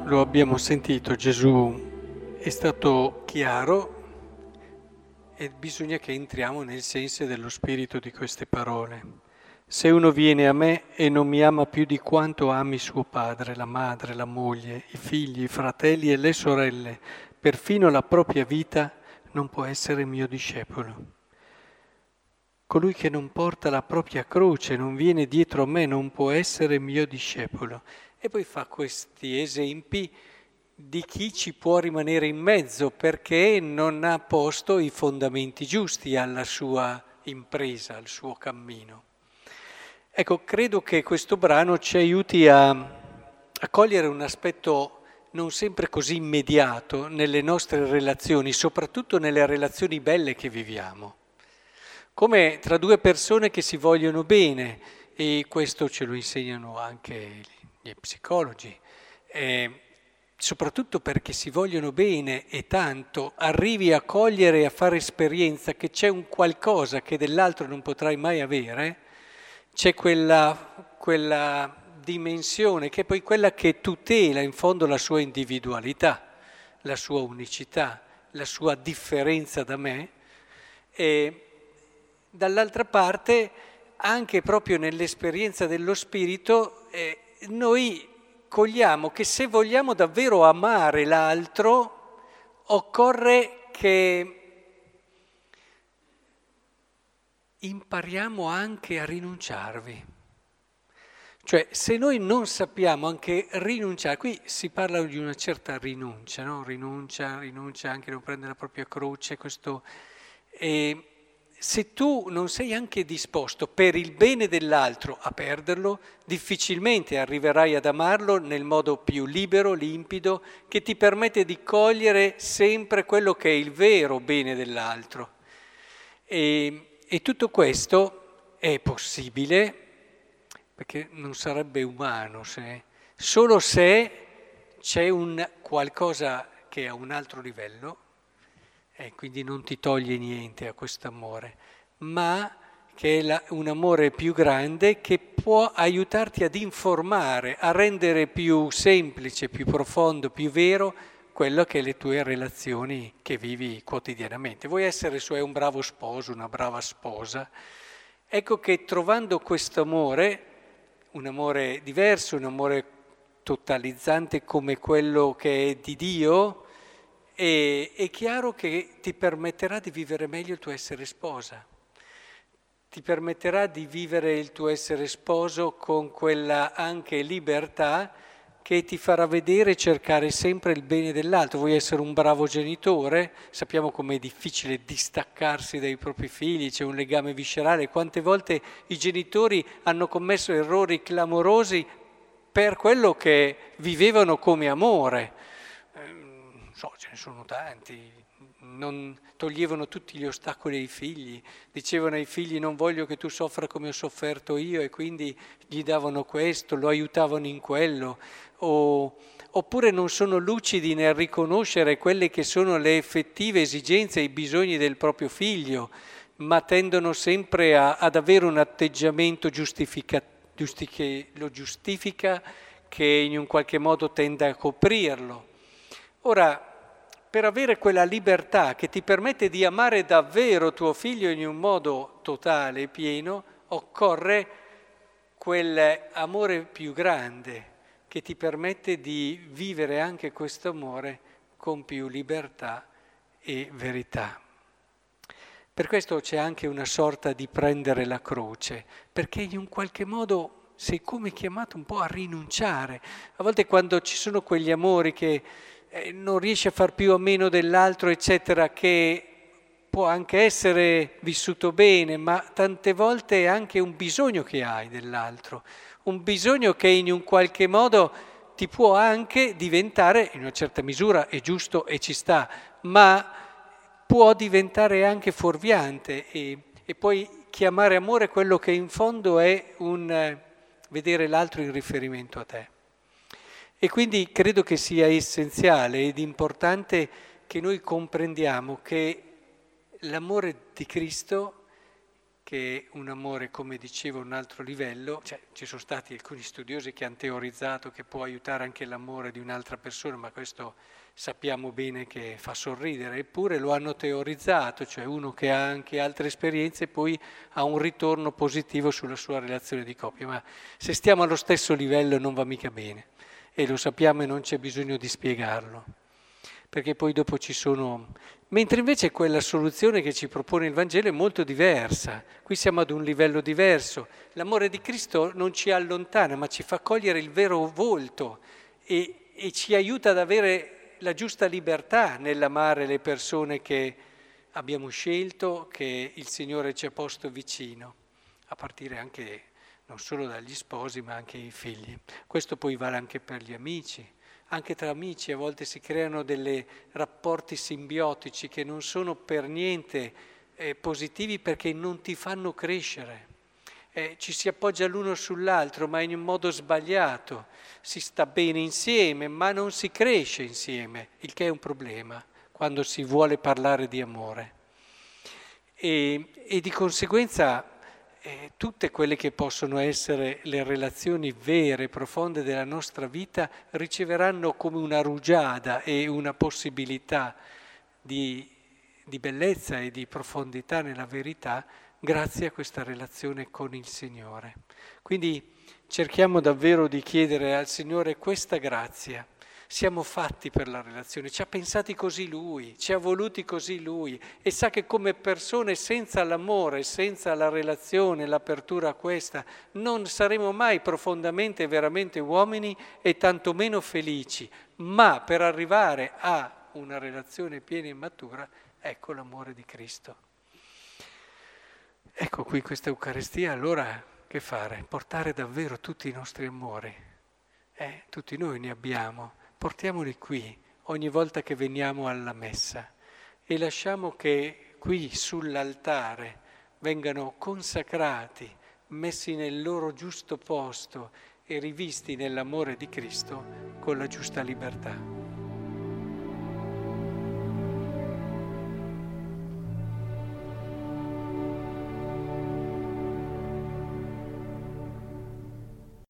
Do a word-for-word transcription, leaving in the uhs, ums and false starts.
lo abbiamo sentito, Gesù è stato chiaro e bisogna che entriamo nel senso dello spirito di queste parole. Se uno viene a me e non mi ama più di quanto ami suo padre, la madre, la moglie, i figli, i fratelli e le sorelle, perfino la propria vita, non può essere mio discepolo. Colui che non porta la propria croce, non viene dietro a me, non può essere mio discepolo. E poi fa questi esempi di chi ci può rimanere in mezzo perché non ha posto i fondamenti giusti alla sua impresa, al suo cammino. Ecco, credo che questo brano ci aiuti a, a cogliere un aspetto non sempre così immediato nelle nostre relazioni, soprattutto nelle relazioni belle che viviamo. Come tra due persone che si vogliono bene, e questo ce lo insegnano anche gli psicologi, eh, soprattutto perché si vogliono bene e tanto, arrivi a cogliere e a fare esperienza che c'è un qualcosa che dell'altro non potrai mai avere, c'è quella, quella dimensione che è poi quella che tutela in fondo la sua individualità, la sua unicità, la sua differenza da me, e dall'altra parte anche proprio nell'esperienza dello spirito eh, noi cogliamo che se vogliamo davvero amare l'altro occorre che impariamo anche a rinunciarvi. Cioè se noi non sappiamo anche rinunciare, qui si parla di una certa rinuncia, no? Rinuncia, rinuncia anche a non prendere la propria croce, questo... E se tu non sei anche disposto per il bene dell'altro a perderlo, difficilmente arriverai ad amarlo nel modo più libero, limpido, che ti permette di cogliere sempre quello che è il vero bene dell'altro. E, e tutto questo è possibile, perché non sarebbe umano se, solo se c'è un qualcosa che è a un altro livello, e quindi non ti toglie niente a questo amore, ma che è la, un amore più grande che può aiutarti ad informare, a rendere più semplice, più profondo, più vero quello che è le tue relazioni che vivi quotidianamente. Vuoi essere cioè un bravo sposo, una brava sposa? Ecco che trovando questo amore, un amore diverso, un amore totalizzante come quello che è di Dio, e è chiaro che ti permetterà di vivere meglio il tuo essere sposa, ti permetterà di vivere il tuo essere sposo con quella anche libertà che ti farà vedere e cercare sempre il bene dell'altro. Vuoi essere un bravo genitore? Sappiamo com'è difficile distaccarsi dai propri figli, c'è un legame viscerale. Quante volte i genitori hanno commesso errori clamorosi per quello che vivevano come amore. So, ce ne sono tanti, non toglievano tutti gli ostacoli ai figli, dicevano ai figli non voglio che tu soffra come ho sofferto io e quindi gli davano questo, lo aiutavano in quello, o, oppure non sono lucidi nel riconoscere quelle che sono le effettive esigenze e i bisogni del proprio figlio, ma tendono sempre a, ad avere un atteggiamento giustifica, giusti, che lo giustifica, che in un qualche modo tende a coprirlo. Ora, per avere quella libertà che ti permette di amare davvero tuo figlio in un modo totale e pieno, occorre quell'amore più grande che ti permette di vivere anche questo amore con più libertà e verità. Per questo c'è anche una sorta di prendere la croce, perché in un qualche modo sei come chiamato un po' a rinunciare. A volte quando ci sono quegli amori che Eh, non riesce a far più o meno dell'altro, eccetera, che può anche essere vissuto bene, ma tante volte è anche un bisogno che hai dell'altro, un bisogno che in un qualche modo ti può anche diventare, in una certa misura è giusto e ci sta, ma può diventare anche fuorviante e, e puoi chiamare amore quello che in fondo è un eh, vedere l'altro in riferimento a te. E quindi credo che sia essenziale ed importante che noi comprendiamo che l'amore di Cristo che è un amore, come dicevo, a un altro livello. Cioè, ci sono stati alcuni studiosi che hanno teorizzato che può aiutare anche l'amore di un'altra persona, ma questo sappiamo bene che fa sorridere, eppure lo hanno teorizzato, cioè uno che ha anche altre esperienze poi ha un ritorno positivo sulla sua relazione di coppia, ma se stiamo allo stesso livello non va mica bene e lo sappiamo e non c'è bisogno di spiegarlo, perché poi dopo ci sono... Mentre invece quella soluzione che ci propone il Vangelo è molto diversa, qui siamo ad un livello diverso, l'amore di Cristo non ci allontana ma ci fa cogliere il vero volto e, e ci aiuta ad avere la giusta libertà nell'amare le persone che abbiamo scelto, che il Signore ci ha posto vicino, a partire anche non solo dagli sposi ma anche i figli. Questo poi vale anche per gli amici. Anche tra amici a volte si creano dei rapporti simbiotici che non sono per niente eh, positivi perché non ti fanno crescere. Eh, ci si appoggia l'uno sull'altro ma in un modo sbagliato, si sta bene insieme ma non si cresce insieme, il che è un problema quando si vuole parlare di amore. E, e di conseguenza eh, tutte quelle che possono essere le relazioni vere, profonde della nostra vita riceveranno come una rugiada e una possibilità di, di bellezza e di profondità nella verità grazie a questa relazione con il Signore. Quindi cerchiamo davvero di chiedere al Signore questa grazia. Siamo fatti per la relazione, ci ha pensati così Lui, ci ha voluti così Lui e sa che come persone senza l'amore, senza la relazione, l'apertura a questa, non saremo mai profondamente e veramente uomini e tantomeno felici, ma per arrivare a una relazione piena e matura, ecco l'amore di Cristo. Ecco qui questa Eucaristia, allora che fare? Portare davvero tutti i nostri amori, eh, tutti noi ne abbiamo, portiamoli qui ogni volta che veniamo alla messa e lasciamo che qui sull'altare vengano consacrati, messi nel loro giusto posto e rivisti nell'amore di Cristo con la giusta libertà.